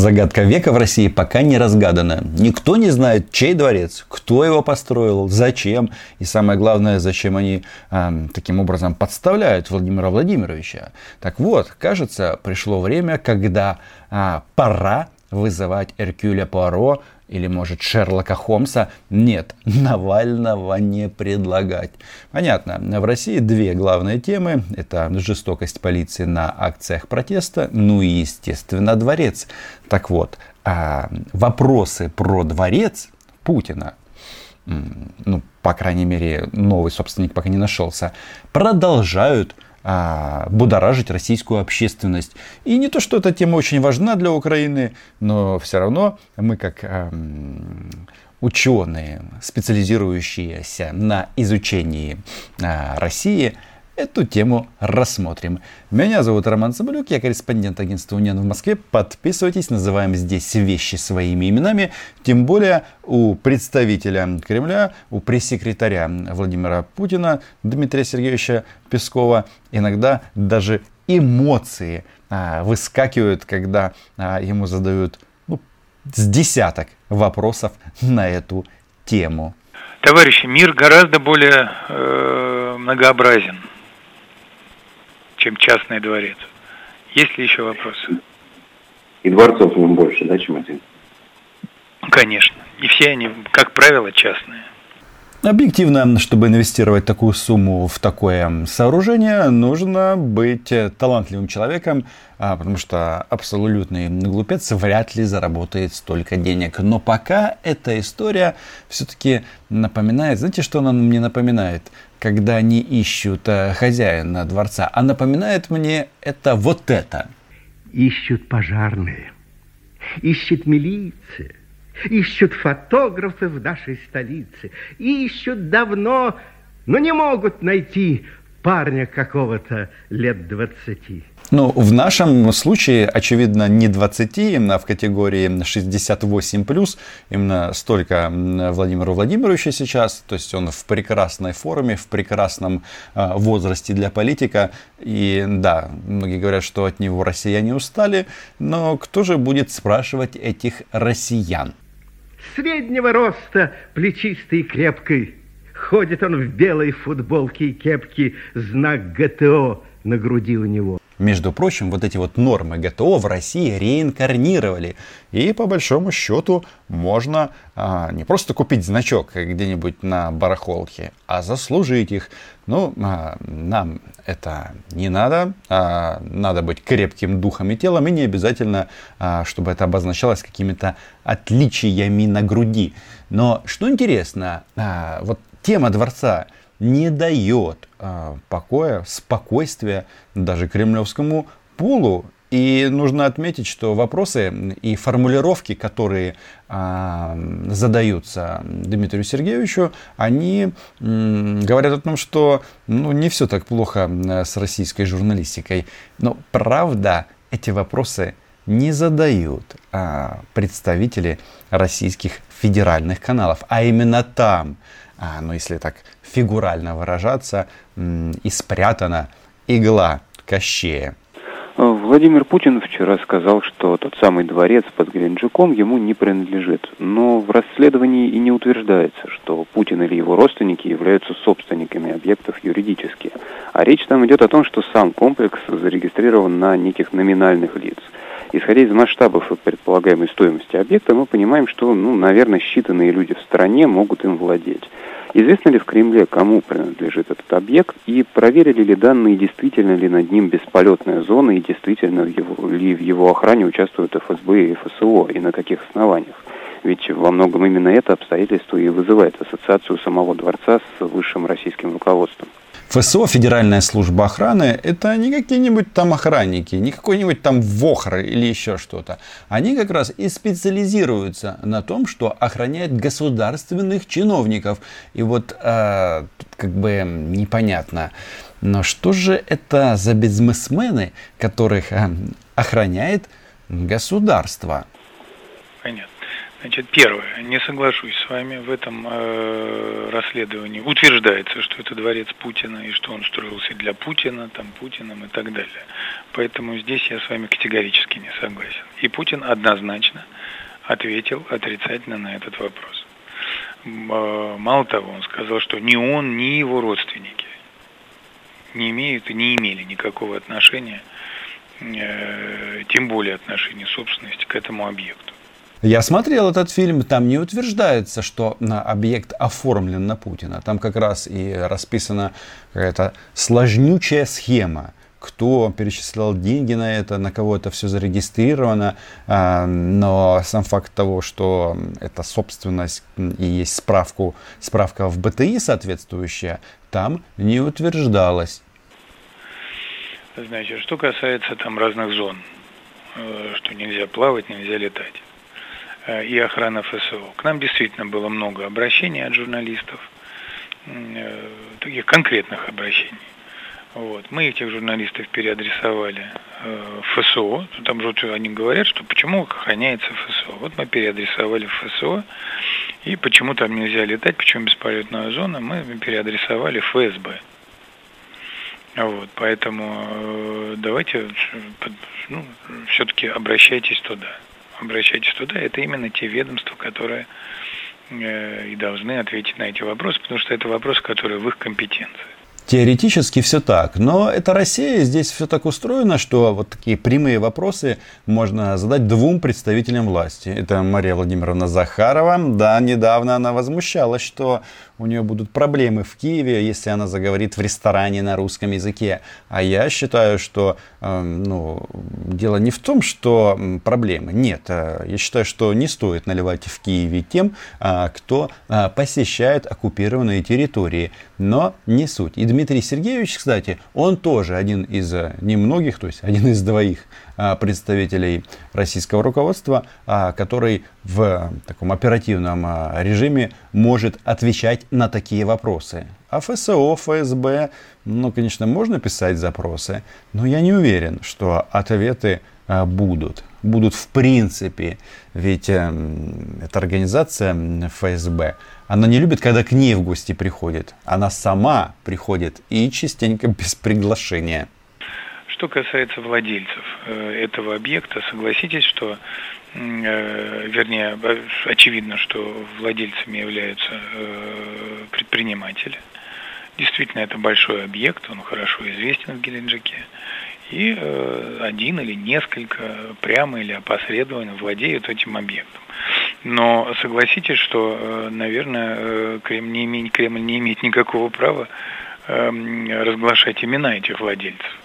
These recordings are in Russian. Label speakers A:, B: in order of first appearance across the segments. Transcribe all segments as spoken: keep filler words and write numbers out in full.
A: Загадка века в России пока не разгадана. Никто не знает, чей дворец, кто его построил, зачем. И самое главное, зачем они э, таким образом подставляют Владимира Владимировича. Так вот, кажется, пришло время, когда э, пора вызывать Эркюля Пуаро или, может, Шерлока Холмса. Нет, Навального не предлагать. Понятно, в России две главные темы. Это жестокость полиции на акциях протеста, ну и, естественно, дворец. Так вот, вопросы про дворец Путина, ну, по крайней мере, новый собственник пока не нашелся, продолжают будоражить российскую общественность. И не то, что эта тема очень важна для Украины, но все равно мы, как эм, ученые, специализирующиеся на изучении э, России, эту тему рассмотрим. Меня зовут Роман Соболюк, я корреспондент агентства «Униан» в Москве. Подписывайтесь, называем здесь вещи своими именами. Тем более у представителя Кремля, у пресс-секретаря Владимира Путина Дмитрия Сергеевича Пескова иногда даже эмоции а, выскакивают, когда а, ему задают ну, с десяток вопросов на эту тему.
B: Товарищи, мир гораздо более э, многообразен, чем частный дворец. Есть ли еще вопросы?
C: И дворцов в нем больше, да, чем один?
B: Конечно. И все они, как правило, частные.
A: Объективно, чтобы инвестировать такую сумму в такое сооружение, нужно быть талантливым человеком, потому что абсолютный глупец вряд ли заработает столько денег. Но пока эта история все-таки напоминает, знаете, что она мне напоминает? Когда они ищут хозяина дворца, а напоминает мне это вот это.
D: Ищут пожарные, ищет милиция. Ищут фотографы в нашей столице. Ищут давно, но не могут найти парня какого-то лет двадцати.
A: Ну, в нашем случае, очевидно, не двадцати, а в категории шестьдесят восемь плюс. Именно столько Владимиру Владимировичу сейчас. То есть он в прекрасной форме, в прекрасном э, возрасте для политика. И да, многие говорят, что от него россияне устали. Но кто же будет спрашивать этих россиян?
D: Среднего роста, плечистый и крепкий. Ходит он в белой футболке и кепке, знак ГТО на груди у него.
A: Между прочим, вот эти вот нормы ГТО в России реинкарнировали. И по большому счету можно а, не просто купить значок где-нибудь на барахолке, а заслужить их. Ну, а, нам это не надо. А, надо быть крепким духом и телом. И не обязательно, а, чтобы это обозначалось какими-то отличиями на груди. Но что интересно, а, вот тема дворца не дает а, покоя, спокойствия даже кремлевскому пулу. И нужно отметить, что вопросы и формулировки, которые а, задаются Дмитрию Сергеевичу, они м, говорят о том, что ну, не все так плохо с российской журналистикой. Но правда, эти вопросы не задают а, представители российских федеральных каналов, а именно там, а, ну если так фигурально выражаться, м, и спрятана игла Кощея.
C: Владимир Путин вчера сказал, что тот самый дворец под Геленджиком ему не принадлежит. Но в расследовании и не утверждается, что Путин или его родственники являются собственниками объектов юридически. А речь там идет о том, что сам комплекс зарегистрирован на неких номинальных лиц. Исходя из масштабов и предполагаемой стоимости объекта, мы понимаем, что, ну, наверное, считанные люди в стране могут им владеть. Известно ли в Кремле, кому принадлежит этот объект, и проверили ли данные, действительно ли над ним бесполетная зона, и действительно его, ли в его охране участвуют эф эс бэ и эф эс о, и на каких основаниях? Ведь во многом именно это обстоятельство и вызывает ассоциацию самого дворца с высшим российским руководством.
A: эф эс о, Федеральная служба охраны, это не какие-нибудь там охранники, не какой-нибудь там ВОХР или еще что-то. Они как раз и специализируются на том, что охраняют государственных чиновников. И вот э, тут как бы непонятно, но что же это за бизнесмены, которых э, охраняет государство?
B: Понятно. Значит, первое, не соглашусь с вами, в этом э, расследовании утверждается, что это дворец Путина и что он строился для Путина, там, Путиным и так далее. Поэтому здесь я с вами категорически не согласен. И Путин однозначно ответил отрицательно на этот вопрос. Мало того, он сказал, что ни он, ни его родственники не имеют и не имели никакого отношения, тем более отношения собственности к этому объекту.
A: Я смотрел этот фильм, там не утверждается, что объект оформлен на Путина. Там как раз и расписана какая-то сложнючая схема. Кто перечислял деньги на это, на кого это все зарегистрировано. Но сам факт того, что это собственность и есть справку, справка в бэ тэ и соответствующая, там не утверждалось.
B: Значит, что касается там разных зон, что нельзя плавать, нельзя летать, и охрана эф эс о. К нам действительно было много обращений от журналистов, таких конкретных обращений. Вот. Мы этих журналистов переадресовали в эф эс о. Там же они говорят, что почему охраняется эф эс о. Вот мы переадресовали в эф эс о. И почему там нельзя летать, почему бесполетная зона, мы переадресовали в эф эс бэ. Вот. Поэтому давайте, ну, все-таки обращайтесь туда. Обращайтесь туда. Это именно те ведомства, которые и должны ответить на эти вопросы, потому что это вопросы, которые в их компетенции.
A: Теоретически все так, но это Россия, здесь все так устроено, что вот такие прямые вопросы можно задать двум представителям власти. Это Мария Владимировна Захарова. Да, недавно она возмущалась, что у нее будут проблемы в Киеве, если она заговорит в ресторане на русском языке. А я считаю, что э, ну, дело не в том, что проблемы. Нет, э, я считаю, что не стоит наливать в Киеве тем, э, кто э, посещает оккупированные территории. Но не суть. И Дмитрий Сергеевич, кстати, он тоже один из немногих, то есть один из двоих представителей российского руководства, который в таком оперативном режиме может отвечать на такие вопросы. А эф эс о, эф эс бэ, ну, конечно, можно писать запросы, но я не уверен, что ответы будут. Будут в принципе. Ведь э, эта организация эф эс бэ, она не любит, когда к ней в гости приходят. Она сама приходит и частенько без приглашения.
B: Что касается владельцев э, этого объекта, согласитесь, что, э, вернее, очевидно, что владельцами являются э, предприниматели. Действительно, это большой объект, он хорошо известен в Геленджике. И э, один или несколько прямо или опосредованно владеют этим объектом. Но согласитесь, что, э, наверное, э, Кремль, не имеет, Кремль не имеет никакого права э, разглашать имена этих владельцев.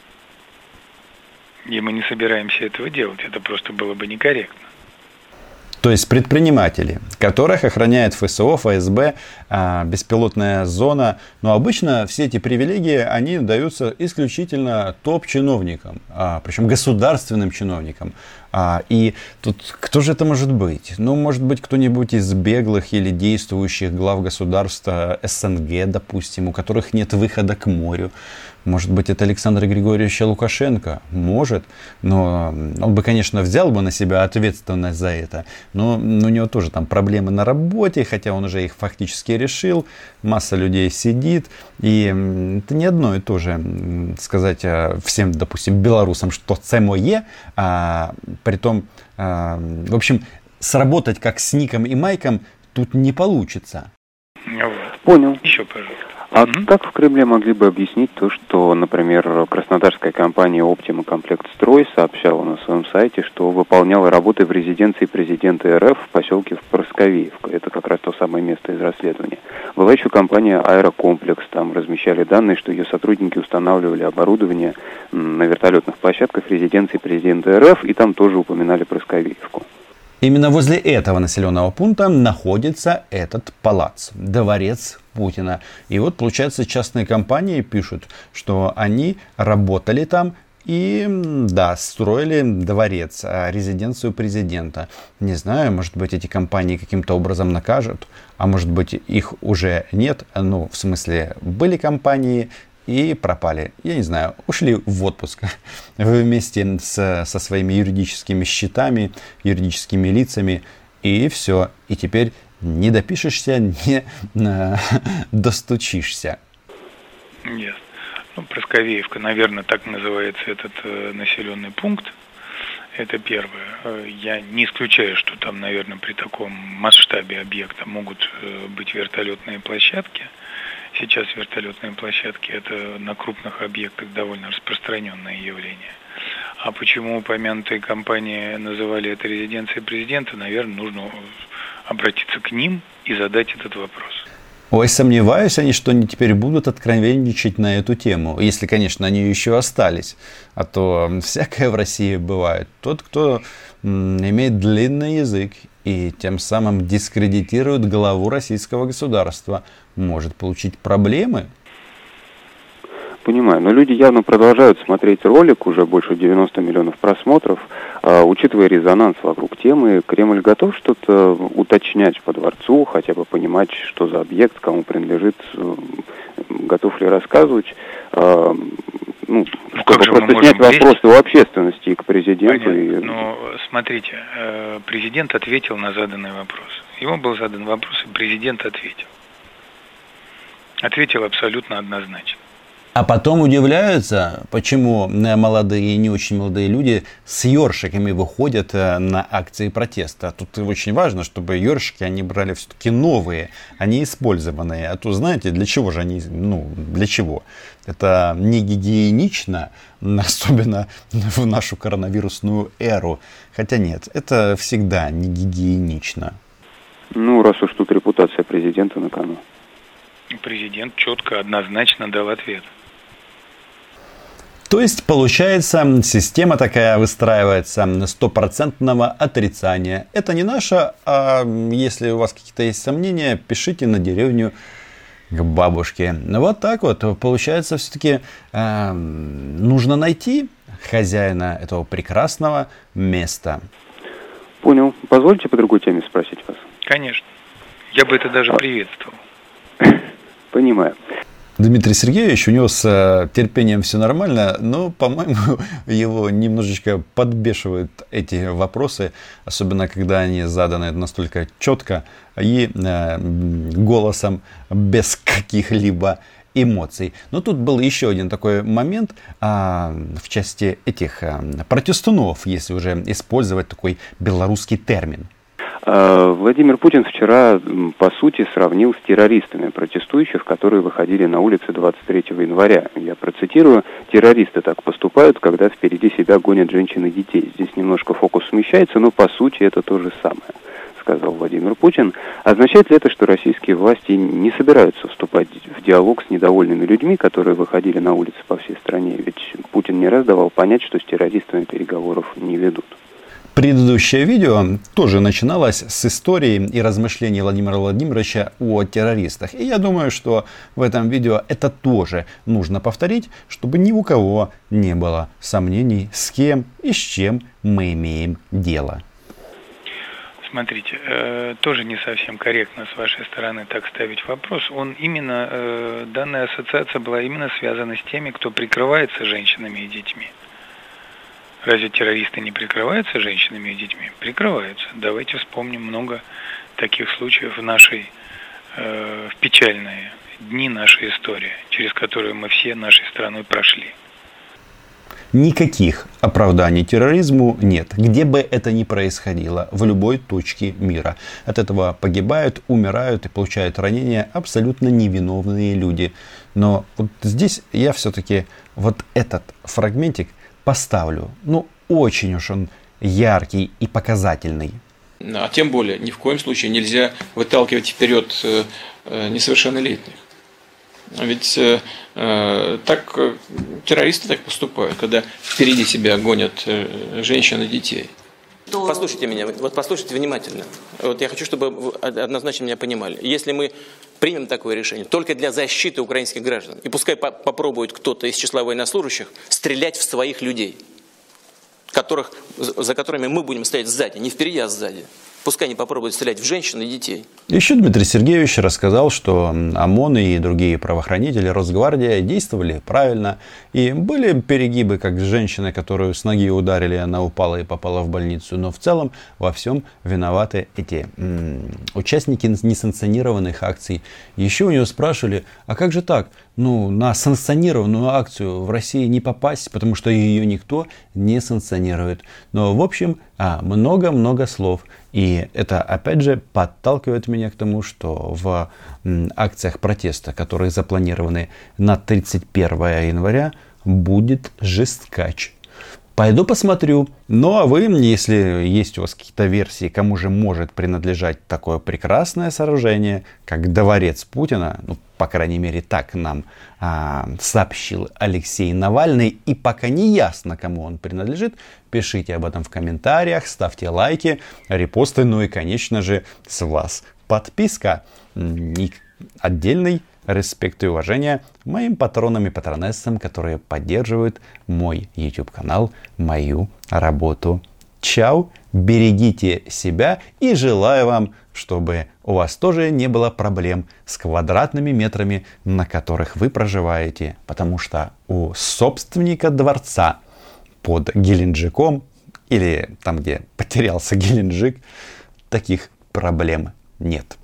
B: И мы не собираемся этого делать, это просто было бы некорректно.
A: То есть предприниматели, которых охраняет эф эс о, эф эс бэ, беспилотная зона. Но обычно все эти привилегии, они даются исключительно топ-чиновникам, причем государственным чиновникам. И тут кто же это может быть? Ну, может быть, кто-нибудь из беглых или действующих глав государства эс эн гэ, допустим, у которых нет выхода к морю. Может быть, это Александр Григорьевич Лукашенко? Может. Но он бы, конечно, взял бы на себя ответственность за это. Но у него тоже там проблемы на работе, хотя он уже их фактически решил. Масса людей сидит. И это не одно и то же сказать всем, допустим, белорусам, что це моє. А, притом, а, в общем, сработать как с Ником и Майком тут не получится.
C: Понял.
B: Еще, пожалуйста.
C: А mm-hmm. как в Кремле могли бы объяснить то, что, например, краснодарская компания «Оптима Комплектстрой» сообщала на своем сайте, что выполняла работы в резиденции президента эр эф в поселке Просковеевка. Это как раз то самое место из расследования. Была еще компания «Аэрокомплекс». Там размещали данные, что ее сотрудники устанавливали оборудование на вертолетных площадках резиденции президента эр эф, и там тоже упоминали Просковеевку.
A: Именно возле этого населенного пункта находится этот палац, дворец Путина. И вот, получается, частные компании пишут, что они работали там и, да, строили дворец, резиденцию президента. Не знаю, может быть, эти компании каким-то образом накажут, а может быть, их уже нет. Ну, в смысле, были компании и пропали. Я не знаю, ушли в отпуск вместе с, со своими юридическими счетами, юридическими лицами. И все. И теперь не допишешься, не э, достучишься.
B: Yes. Ну, Просковеевка, наверное, так называется этот э, населенный пункт. Это первое. Я не исключаю, что там, наверное, при таком масштабе объекта могут быть вертолетные площадки. Сейчас вертолетные площадки – это на крупных объектах довольно распространенное явление. А почему упомянутые компании называли это резиденцией президента, наверное, нужно обратиться к ним и задать этот вопрос.
A: Ой, сомневаюсь они, что они теперь будут откровенничать на эту тему, если, конечно, они еще остались. А то всякое в России бывает. Тот, кто м, имеет длинный язык и тем самым дискредитирует главу российского государства, может получить проблемы.
C: Понимаю, но люди явно продолжают смотреть ролик, уже больше девяносто миллионов просмотров. А, учитывая резонанс вокруг темы, Кремль готов что-то уточнять по дворцу, хотя бы понимать, что за объект, кому принадлежит, готов ли рассказывать, а, ну, ну чтобы просто снять вопросы у общественности и к президенту. И...
B: Но смотрите, президент ответил на заданный вопрос. Ему был задан вопрос, и президент ответил. Ответил абсолютно однозначно.
A: А потом удивляются, почему молодые и не очень молодые люди с ёршиками выходят на акции протеста. Тут очень важно, чтобы ёршики они брали все-таки новые, а не использованные. А то, знаете, для чего же они, ну, для чего? Это не гигиенично, особенно в нашу коронавирусную эру. Хотя нет, это всегда не гигиенично.
C: Ну, раз уж тут репутация президента на кону.
B: Президент четко, однозначно дал ответ.
A: То есть, получается, система такая выстраивается стопроцентного отрицания. Это не наша, а если у вас какие-то есть сомнения, пишите на деревню к бабушке. Вот так вот. Получается, все-таки э, нужно найти хозяина этого прекрасного места.
C: Понял. Позвольте по другой теме спросить вас.
B: Конечно. Я бы это даже приветствовал.
C: Понимаю.
A: Дмитрий Сергеевич, у него с терпением все нормально, но, по-моему, его немножечко подбешивают эти вопросы, особенно когда они заданы настолько четко и э, голосом без каких-либо эмоций. Но тут был еще один такой момент а, в части этих а, протестунов, если уже использовать такой белорусский термин.
C: Владимир Путин вчера, по сути, сравнил с террористами протестующих, которые выходили на улицы двадцать третьего января. Я процитирую: «Террористы так поступают, когда впереди себя гонят женщин и детей». Здесь немножко фокус смещается, но по сути это то же самое, сказал Владимир Путин. Означает ли это, что российские власти не собираются вступать в диалог с недовольными людьми, которые выходили на улицы по всей стране? Ведь Путин не раз давал понять, что с террористами переговоров не ведут.
A: Предыдущее видео тоже начиналось с истории и размышлений Владимира Владимировича о террористах. И я думаю, что в этом видео это тоже нужно повторить, чтобы ни у кого не было сомнений, с кем и с чем мы имеем дело.
B: Смотрите, э, тоже не совсем корректно с вашей стороны так ставить вопрос. Он именно, э, данная ассоциация была именно связана с теми, кто прикрывается женщинами и детьми. Разве террористы не прикрываются женщинами и детьми? Прикрываются. Давайте вспомним много таких случаев в нашей, э, в печальные дни нашей истории, через которые мы все нашей страной прошли.
A: Никаких оправданий терроризму нет, где бы это ни происходило, в любой точке мира. От этого погибают, умирают и получают ранения абсолютно невиновные люди. Но вот здесь я все-таки вот этот фрагментик поставлю. Ну, очень уж он яркий и показательный.
E: А тем более, ни в коем случае нельзя выталкивать вперед несовершеннолетних. Ведь э, так террористы так поступают, когда впереди себя гонят женщин и детей.
F: Послушайте меня, вот послушайте внимательно. Вот я хочу, чтобы вы однозначно меня понимали. Если мы примем такое решение только для защиты украинских граждан, и пускай по- попробует кто-то из числа военнослужащих стрелять в своих людей, которых, за которыми мы будем стоять сзади, не впереди, а сзади. Пускай они попробуют стрелять в женщин и детей.
A: Еще Дмитрий Сергеевич рассказал, что ОМОН и другие правоохранители, Росгвардия действовали правильно. И были перегибы, как с женщиной, которую с ноги ударили, она упала и попала в больницу. Но в целом во всем виноваты эти м- участники несанкционированных акций. Еще у него спрашивали, а как же так? Ну, на санкционированную акцию в России не попасть, потому что ее никто не санкционирует. Но, в общем, много-много слов. И это, опять же, подталкивает меня к тому, что в акциях протеста, которые запланированы на тридцать первое января, будет жесткач. Пойду посмотрю. Ну а вы, если есть у вас какие-то версии, кому же может принадлежать такое прекрасное сооружение, как дворец Путина, ну, по крайней мере, так нам а, сообщил Алексей Навальный, и пока не ясно, кому он принадлежит, пишите об этом в комментариях, ставьте лайки, репосты, ну и, конечно же, с вас подписка. И отдельный респект и уважение моим патронам и патронессам, которые поддерживают мой YouTube-канал, мою работу. Чао, берегите себя и желаю вам, чтобы у вас тоже не было проблем с квадратными метрами, на которых вы проживаете, потому что у собственника дворца под Геленджиком или там, где потерялся Геленджик, таких проблем нет.